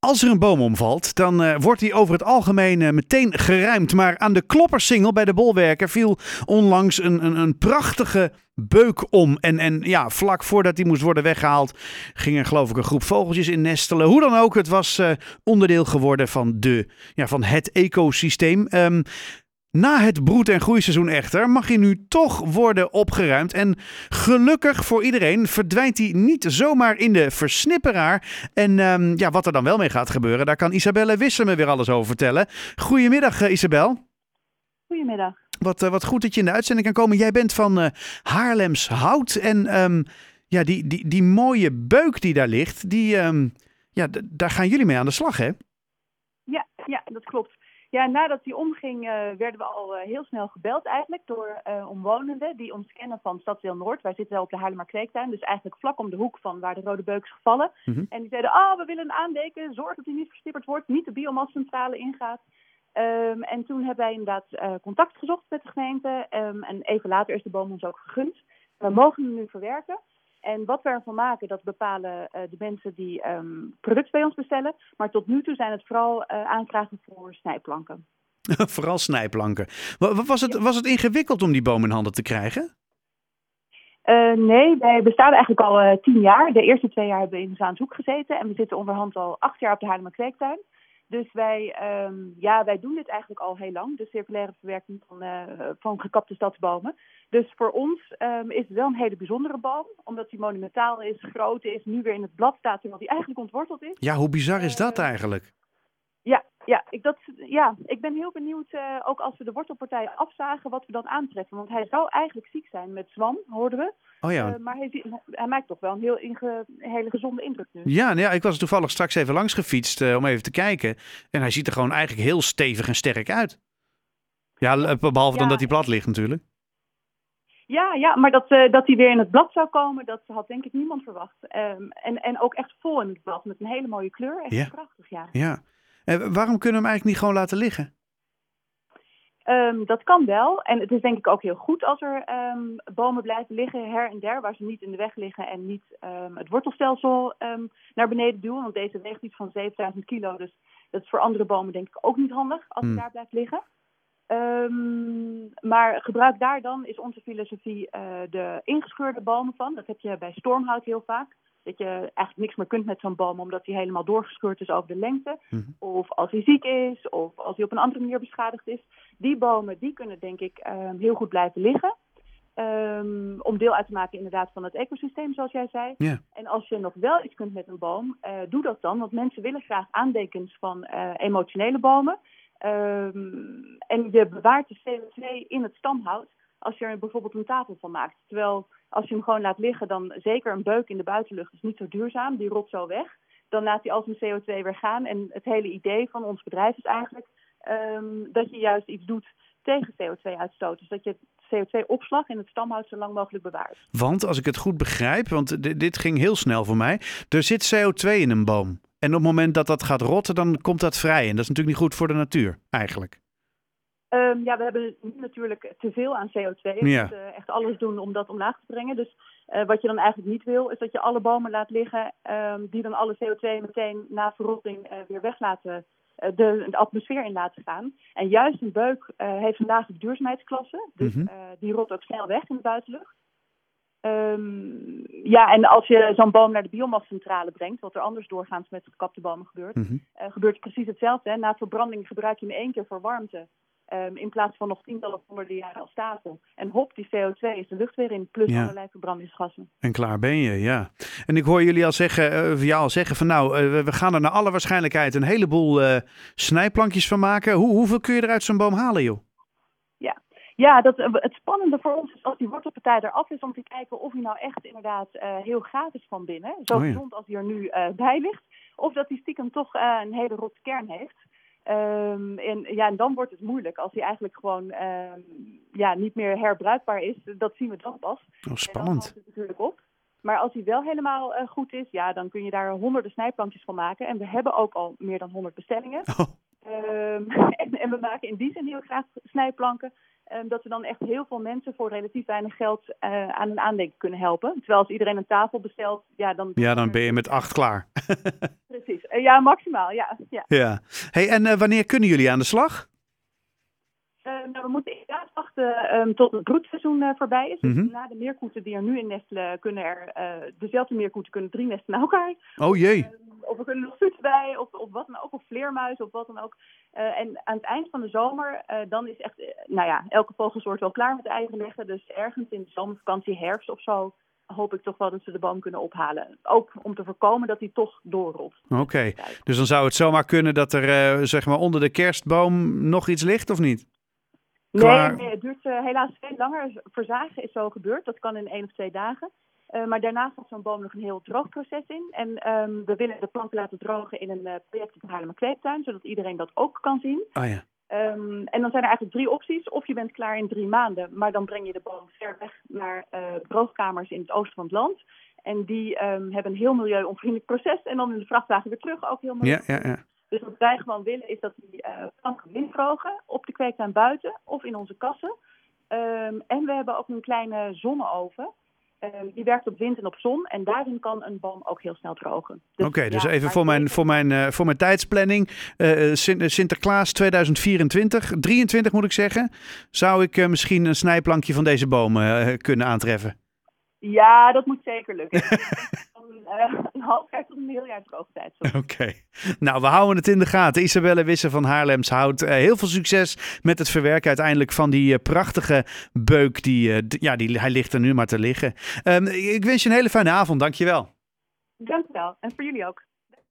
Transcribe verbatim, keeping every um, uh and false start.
Als er een boom omvalt, dan uh, wordt die over het algemeen uh, meteen geruimd. Maar aan de Kloppersingel bij de Bolwerker viel onlangs een, een, een prachtige beuk om. En, en ja, vlak voordat die moest worden weggehaald, ging er geloof ik een groep vogeltjes in nestelen. Hoe dan ook, het was uh, onderdeel geworden van, de, ja, van het ecosysteem. Um, Na het broed- en groeiseizoen echter mag hij nu toch worden opgeruimd. En gelukkig voor iedereen verdwijnt hij niet zomaar in de versnipperaar. En um, ja, wat er dan wel mee gaat gebeuren, daar kan Isabelle Wissler me weer alles over vertellen. Goedemiddag uh, Isabel. Goedemiddag. Wat, uh, wat goed dat je in de uitzending kan komen. Jij bent van uh, Haarlems Hout. En um, ja, die, die, die mooie beuk die daar ligt, die, um, ja, d- daar gaan jullie mee aan de slag, hè? Ja, ja, dat klopt. Ja, nadat die omging uh, werden we al uh, heel snel gebeld eigenlijk door uh, omwonenden die ons kennen van Stadsdeel Noord. Wij zitten op de Haarlemmer Kweektuin, dus eigenlijk vlak om de hoek van waar de rode beuk is gevallen. Mm-hmm. En die zeiden, oh, we willen een aandeken, zorg dat hij niet verstipperd wordt, niet de biomascentrale ingaat. Um, en toen hebben wij inderdaad uh, contact gezocht met de gemeente um, en even later is de boom ons ook gegund. We mogen hem nu verwerken. En wat we ervan maken, dat bepalen uh, de mensen die um, producten bij ons bestellen. Maar tot nu toe zijn het vooral uh, aanvragen voor snijplanken. Vooral snijplanken. Was het, was het ingewikkeld om die boom in handen te krijgen? Uh, nee, wij bestaan eigenlijk al uh, tien jaar. De eerste twee jaar hebben we in Zaanhoek gezeten. En we zitten onderhand al acht jaar op de Haarlemmer Kweektuin. Dus wij, um, ja, wij doen dit eigenlijk al heel lang. De circulaire verwerking van, uh, van gekapte stadsbomen. Dus voor ons um, is het wel een hele bijzondere boom. Omdat hij monumentaal is, groot is, nu weer in het blad staat, terwijl hij eigenlijk ontworteld is. Ja, hoe bizar is dat uh, eigenlijk? Ja, ja, ik, dat, ja, ik ben heel benieuwd, uh, ook als we de wortelpartijen afzagen, wat we dan aantreffen. Want hij zou eigenlijk ziek zijn met zwam, hoorden we. Oh ja. Uh, maar hij, hij maakt toch wel een heel inge, hele gezonde indruk nu. Ja, nou ja, ik was toevallig straks even langs gefietst uh, om even te kijken. En hij ziet er gewoon eigenlijk heel stevig en sterk uit. Ja, behalve ja. dan dat hij plat ligt natuurlijk. Ja, ja, maar dat, uh, dat hij weer in het blad zou komen, dat had denk ik niemand verwacht. Um, en, en ook echt vol in het blad, met een hele mooie kleur. Echt ja. prachtig, ja. Ja. En waarom kunnen we hem eigenlijk niet gewoon laten liggen? Um, dat kan wel. En het is denk ik ook heel goed als er um, bomen blijven liggen her en der, waar ze niet in de weg liggen en niet um, het wortelstelsel um, naar beneden duwen. Want deze weegt iets van zevenduizend kilo, dus dat is voor andere bomen denk ik ook niet handig als hij hmm. daar blijft liggen. Um, maar gebruik daar dan, is onze filosofie, uh, de ingescheurde bomen van. Dat heb je bij stormhout heel vaak. Dat je eigenlijk niks meer kunt met zo'n boom, omdat hij helemaal doorgescheurd is over de lengte. Mm-hmm. Of als hij ziek is, of als hij op een andere manier beschadigd is. Die bomen, die kunnen denk ik um, heel goed blijven liggen. Um, om deel uit te maken inderdaad van het ecosysteem, zoals jij zei. Yeah. En als je nog wel iets kunt met een boom, uh, doe dat dan. Want mensen willen graag aantekens van uh, emotionele bomen. Um, en je bewaart de C O twee in het stamhout als je er bijvoorbeeld een tafel van maakt. Terwijl als je hem gewoon laat liggen, dan zeker een beuk in de buitenlucht is niet zo duurzaam. Die rot zo weg. Dan laat hij al zijn C O twee weer gaan. En het hele idee van ons bedrijf is eigenlijk um, dat je juist iets doet tegen C O twee uitstoot. Dus dat je C O twee opslag in het stamhout zo lang mogelijk bewaart. Want als ik het goed begrijp, want d- dit ging heel snel voor mij. Er zit C O twee in een boom. En op het moment dat dat gaat rotten, dan komt dat vrij. En dat is natuurlijk niet goed voor de natuur, eigenlijk. Um, ja, we hebben nu natuurlijk te veel aan C O twee. We ja. moeten echt alles doen om dat omlaag te brengen. Dus uh, wat je dan eigenlijk niet wil, is dat je alle bomen laat liggen, um, die dan alle C O twee meteen na verrotting uh, weer weg laten, uh, de, de atmosfeer in laten gaan. En juist een beuk uh, heeft een lage duurzaamheidsklasse. Dus mm-hmm. uh, die rot ook snel weg in de buitenlucht. Um, ja, en als je zo'n boom naar de biomascentrale brengt, wat er anders doorgaans met gekapte bomen gebeurt, mm-hmm. uh, gebeurt precies hetzelfde. Hè? Na verbranding gebruik je hem één keer voor warmte. Um, in plaats van nog tientallen of honderden jaren als stapel. En hop, die C O twee is de lucht weer in, plus ja. allerlei verbrandingsgassen. En klaar ben je, ja. En ik hoor jullie al zeggen, uh, jou al zeggen van nou, uh, we gaan er naar alle waarschijnlijkheid een heleboel uh, snijplankjes van maken. Hoe, hoeveel kun je er uit zo'n boom halen, joh? Ja, ja dat, uh, het spannende voor ons is als die wortelpartij eraf is, om te kijken of hij nou echt inderdaad uh, heel gaaf is van binnen. Zo oh, ja. gezond als hij er nu uh, bij ligt. Of dat hij stiekem toch uh, een hele rotte kern heeft. Um, en, ja, en dan wordt het moeilijk als hij eigenlijk gewoon um, ja, niet meer herbruikbaar is. Dat zien we dan pas. Oh, spannend. En dan houdt het natuurlijk op. Maar als hij wel helemaal uh, goed is, ja, dan kun je daar honderden snijplankjes van maken. En we hebben ook al meer dan honderd bestellingen. Oh. Um, en, en we maken in die zin heel graag snijplanken. Um, dat we dan echt heel veel mensen voor relatief weinig geld uh, aan een aandenken kunnen helpen. Terwijl als iedereen een tafel bestelt, ja dan... Ja, dan ben je met acht klaar. Precies, uh, ja maximaal, ja. ja. ja. Hey, en uh, wanneer kunnen jullie aan de slag? Uh, nou, we moeten inderdaad wachten um, tot het broedseizoen uh, voorbij is. Dus Mm-hmm. na de meerkoeten die er nu in nestelen, kunnen er uh, dezelfde meerkoeten kunnen drie nesten naar elkaar. Oh jee. Uh, of we kunnen nog voeten bij, of, of wat dan ook, of vleermuizen, of wat dan ook. Uh, en aan het eind van de zomer, uh, dan is echt, uh, nou ja, elke vogelsoort wel klaar met eieren leggen. Dus ergens in de zomervakantie, herfst of zo, hoop ik toch wel dat ze de boom kunnen ophalen. Ook om te voorkomen dat die toch doorrolt. Oké, okay. Dus dan zou het zomaar kunnen dat er, uh, zeg maar, onder de kerstboom nog iets ligt, of niet? Nee, nee, het duurt uh, helaas veel langer. Verzagen is zo gebeurd. Dat kan in één of twee dagen. Uh, maar daarna gaat zo'n boom nog een heel droogproces in. En um, we willen de planten laten drogen in een uh, project op de Haarlemmer Kweektuin, zodat iedereen dat ook kan zien. Oh ja. Um, en dan zijn er eigenlijk drie opties. Of je bent klaar in drie maanden, maar dan breng je de boom ver weg naar uh, droogkamers in het oosten van het land. En die um, hebben een heel milieuonvriendelijk proces. En dan in de vrachtwagen weer terug ook heel milieu. Ja, ja, ja. Dus wat wij gewoon willen is dat die uh, planten windrogen op de kweektuin buiten of in onze kassen. Um, en we hebben ook een kleine zonneoven. Um, die werkt op wind en op zon. En daarin kan een boom ook heel snel drogen. Dus, Oké, okay, dus ja, even voor mijn, voor, mijn, uh, voor mijn tijdsplanning. Uh, Sinterklaas tweeduizend vierentwintig, drieëntwintig moet ik zeggen. Zou ik uh, misschien een snijplankje van deze boom uh, kunnen aantreffen? Ja, dat moet zeker lukken. Uh, een half jaar tot een heel jaar droogtijd. Oké. Okay. Nou, we houden het in de gaten. Isabelle Wisse van Haarlems Hout. Uh, heel veel succes met het verwerken uiteindelijk van die uh, prachtige beuk. Die, uh, d- ja, die, hij ligt er nu maar te liggen. Um, ik wens je een hele fijne avond. Dank je wel. Dank je wel. En voor jullie ook.